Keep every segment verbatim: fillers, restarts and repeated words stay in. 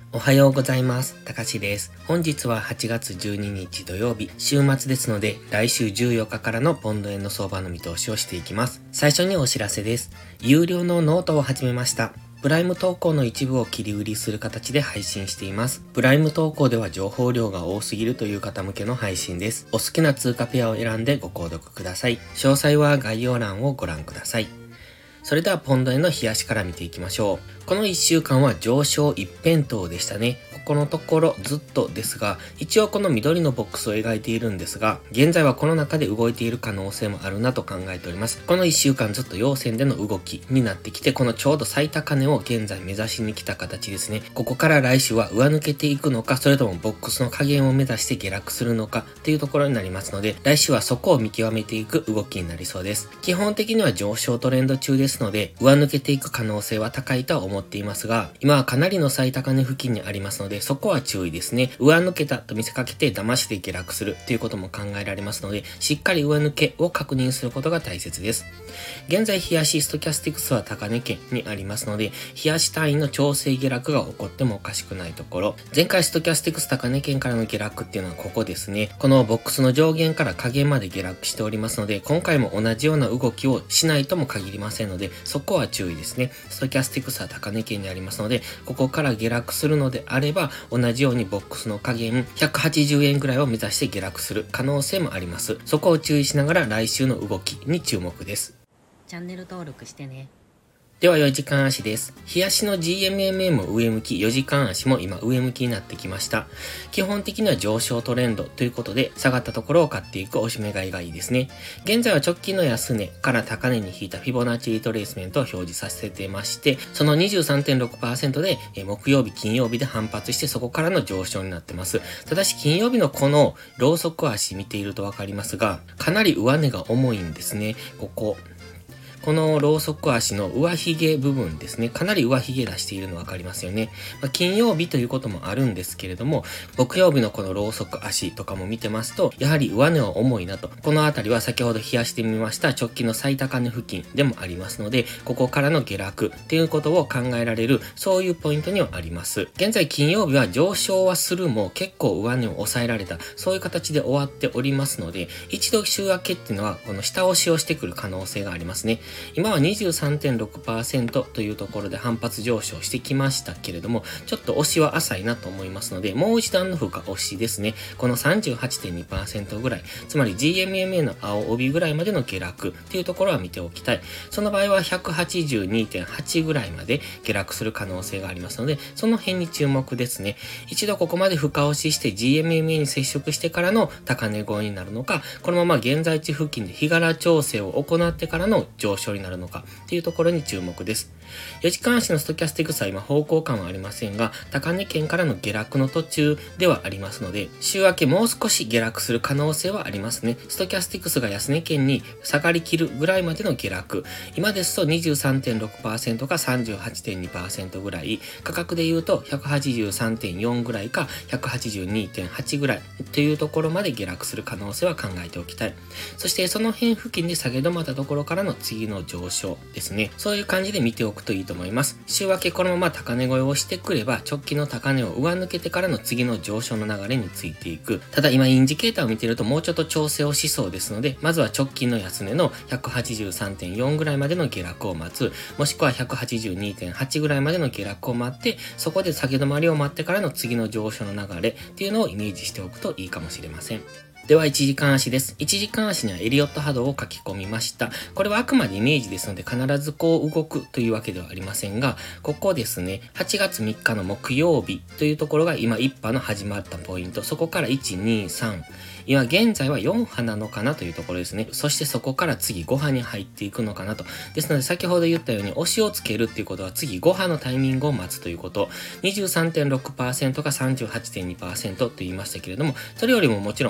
おはようございます。たかしです。本日ははちがつじゅうににち土曜日、週末ですので、来週じゅうよっかからのポンド円の相場の見通しをしていきます。最初にお知らせです。有料のノートを始めました。プライム投稿の一部を切り売りする形で配信しています。プライム投稿では情報量が多すぎるという方向けの配信です。お好きな通貨ペアを選んでご購読ください。詳細は概要欄をご覧ください。それではポンド円の冷やしから見ていきましょう。このいっしゅうかんは上昇一辺倒でしたね。ここのところずっとですが、一応この緑のボックスを描いているんですが、現在はこの中で動いている可能性もあるなと考えております。このいっしゅうかんずっと陽線での動きになってきて、このちょうど最高値を現在目指しに来た形ですね。ここから来週は上抜けていくのか、それともボックスの加減を目指して下落するのかっていうところになりますので、来週はそこを見極めていく動きになりそうです。基本的には上昇トレンド中ですので、上抜けていく可能性は高いとは思っていますが、今はかなりの最高値付近にありますので、そこは注意ですね。上抜けたと見せかけて騙して下落するということも考えられますので、しっかり上抜けを確認することが大切です。現在、冷やしストキャスティクスは高値圏にありますので、冷やし単位の調整下落が起こってもおかしくないところ。前回ストキャスティクス高値圏からの下落っていうのはここですね。このボックスの上限から下限まで下落しておりますので、今回も同じような動きをしないとも限りませんので、そこは注意ですね。ストキャスティクスは高値圏にありますので、ここから下落するのであれば、同じようにボックスの下限ひゃくはちじゅうえんぐらいを目指して下落する可能性もあります。そこを注意しながら来週の動きに注目です。 チャンネル登録してね。 ではよじかん足です。日足の ジーエムエムエー も上向き、よじかん足も今上向きになってきました。基本的には上昇トレンドということで、下がったところを買っていくおしめ買いがいいですね。現在は直近の安値から高値に引いたフィボナッチリトレースメントを表示させてまして、その にじゅうさんてんろくパーセント で木曜日、金曜日で反発してそこからの上昇になってます。ただし金曜日のこのローソク足見ているとわかりますが、かなり上値が重いんですね。ここ。このローソク足の上髭部分ですね。かなり上髭出しているの分かりますよね。まあ、金曜日ということもあるんですけれども、木曜日のこのローソク足とかも見てますと、やはり上値は重いなと。このあたりは先ほど冷やしてみました直近の最高値付近でもありますので、ここからの下落っていうことを考えられる、そういうポイントにはあります。現在金曜日は上昇はするも結構上値を抑えられた、そういう形で終わっておりますので、一度週明けっていうのはこの下押しをしてくる可能性がありますね。今は にじゅうさんてんろくパーセント というところで反発上昇してきましたけれども、ちょっと押しは浅いなと思いますので、もう一段の深押しですね。この さんじゅうはちてんにパーセント ぐらい、つまり ジーエムエムエー の青帯ぐらいまでの下落っていうところは見ておきたい。その場合は ひゃくはちじゅうにてんはち ぐらいまで下落する可能性がありますので、その辺に注目ですね。一度ここまで深押しして ジーエムエムエー に接触してからの高値超えになるのか、このまま現在地付近で日柄調整を行ってからの上昇になるのかっていうところに注目です。よじかん足のストキャスティクスは今方向感はありませんが、高値圏からの下落の途中ではありますので、週明けもう少し下落する可能性はありますね。ストキャスティクスが安値圏に下がりきるぐらいまでの下落。今ですと にじゅうさんてんろくパーセント か さんじゅうはちてんにパーセント ぐらい、価格で言うと ひゃくはちじゅうさんてんよん ぐらいか ひゃくはちじゅうにてんはち ぐらいというところまで下落する可能性は考えておきたい。そしてその辺付近で下げ止まったところからの次の上昇ですね。そういう感じで見ておくといいと思います。週明けこのまま高値超えをしてくれば、直近の高値を上抜けてからの次の上昇の流れについていく。ただ今インジケーターを見ているともうちょっと調整をしそうですので、まずは直近の安値の ひゃくはちじゅうさんてんよん ぐらいまでの下落を待つ。もしくは ひゃくはちじゅうにてんはち ぐらいまでの下落を待って、そこで下げ止まりを待ってからの次の上昇の流れっていうのをイメージしておくといいかもしれません。ではいちじかん足です。いちじかん足にはエリオット波動を書き込みました。これはあくまでイメージですので必ずこう動くというわけではありませんが、ここですね、はちがつみっかの木曜日というところが今いっ波の始まったポイント。そこからいち、に、さん。今現在はよん波なのかなというところですね。そしてそこから次ご波に入っていくのかなと。ですので先ほど言ったように押しをつけるっていうことは次ご波のタイミングを待つということ。にじゅうさんてんろくパーセント か さんじゅうはちてんにパーセント と言いましたけれども、それよりももちろん深押し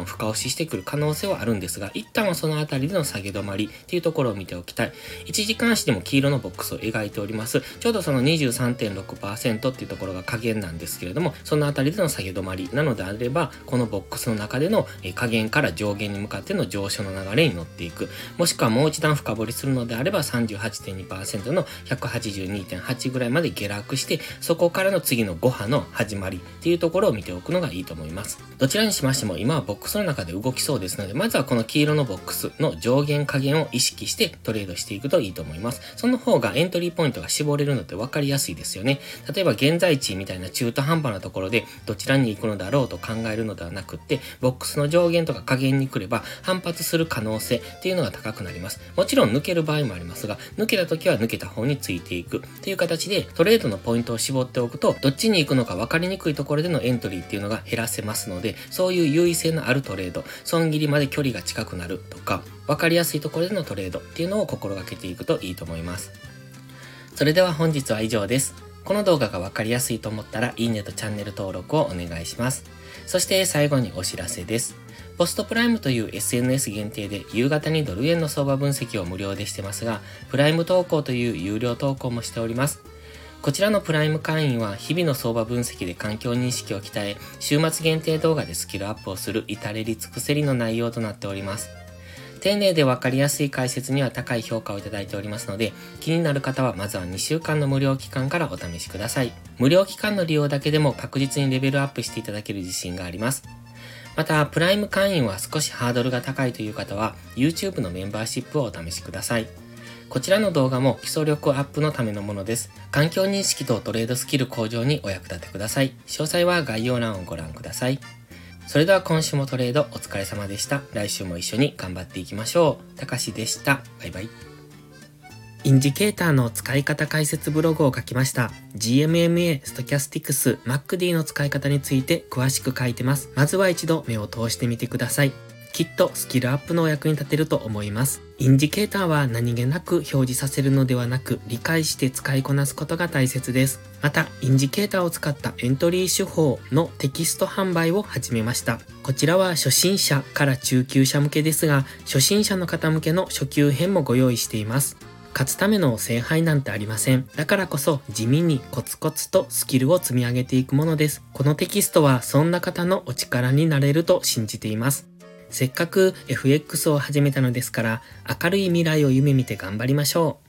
知してくる可能性はあるんですが、一旦はそのあたりでの下げ止まりっていうところを見ておきたい。いちじかん足でも黄色のボックスを描いております。ちょうどその にじゅうさんてんろくパーセント っていうところが下限なんですけれども、そのあたりでの下げ止まりなのであれば、このボックスの中での下限から上限に向かっての上昇の流れに乗っていく。もしくはもう一段深掘りするのであれば さんじゅうはちてんにパーセント の ひゃくはちじゅうにてんはち ぐらいまで下落して、そこからの次のご波の始まりっていうところを見ておくのがいいと思います。どちらにしましても今はボックスの中で動きそうですので、まずはこの黄色のボックスの上限下限を意識してトレードしていくといいと思います。その方がエントリーポイントが絞れるので分かりやすいですよね。例えば現在地みたいな中途半端なところでどちらに行くのだろうと考えるのではなくって、ボックスの上限とか下限に来れば反発する可能性っていうのが高くなります。もちろん抜ける場合もありますが、抜けた時は抜けた方についていくっていう形でトレードのポイントを絞っておくと、どっちに行くのか分かりにくいところでのエントリーっていうのが減らせますので、そういう優位性のあるトレード、損切りまで距離が近くなるとか、分かりやすいところでのトレードっていうのを心がけていくといいと思います。それでは本日は以上です。この動画が分かりやすいと思ったらいいねとチャンネル登録をお願いします。そして最後にお知らせです。ポストプライムという エスエヌエス 限定で夕方にドル円の相場分析を無料でしてますが、プライム投稿という有料投稿もしております。こちらのプライム会員は日々の相場分析で環境認識を鍛え、週末限定動画でスキルアップをする至れり尽くせりの内容となっております。丁寧で分かりやすい解説には高い評価をいただいておりますので、気になる方はまずはにしゅうかんの無料期間からお試しください。無料期間の利用だけでも確実にレベルアップしていただける自信があります。また、プライム会員は少しハードルが高いという方は、YouTube のメンバーシップをお試しください。こちらの動画も基礎力アップのためのものです。環境認識とトレードスキル向上にお役立てください。詳細は概要欄をご覧ください。それでは今週もトレードお疲れ様でした。来週も一緒に頑張っていきましょう。たかしでした。バイバイ。インジケーターの使い方解説ブログを書きました。ジーエムエムエー、ストキャスティクス、マックディ の使い方について詳しく書いてます。まずは一度目を通してみてください。きっとスキルアップのお役に立てると思います。インジケーターは何気なく表示させるのではなく、理解して使いこなすことが大切です。また、インジケーターを使ったエントリー手法のテキスト販売を始めました。こちらは初心者から中級者向けですが、初心者の方向けの初級編もご用意しています。勝つための聖杯なんてありません。だからこそ地味にコツコツとスキルを積み上げていくものです。このテキストはそんな方のお力になれると信じています。せっかく エフエックス を始めたのですから、明るい未来を夢見て頑張りましょう。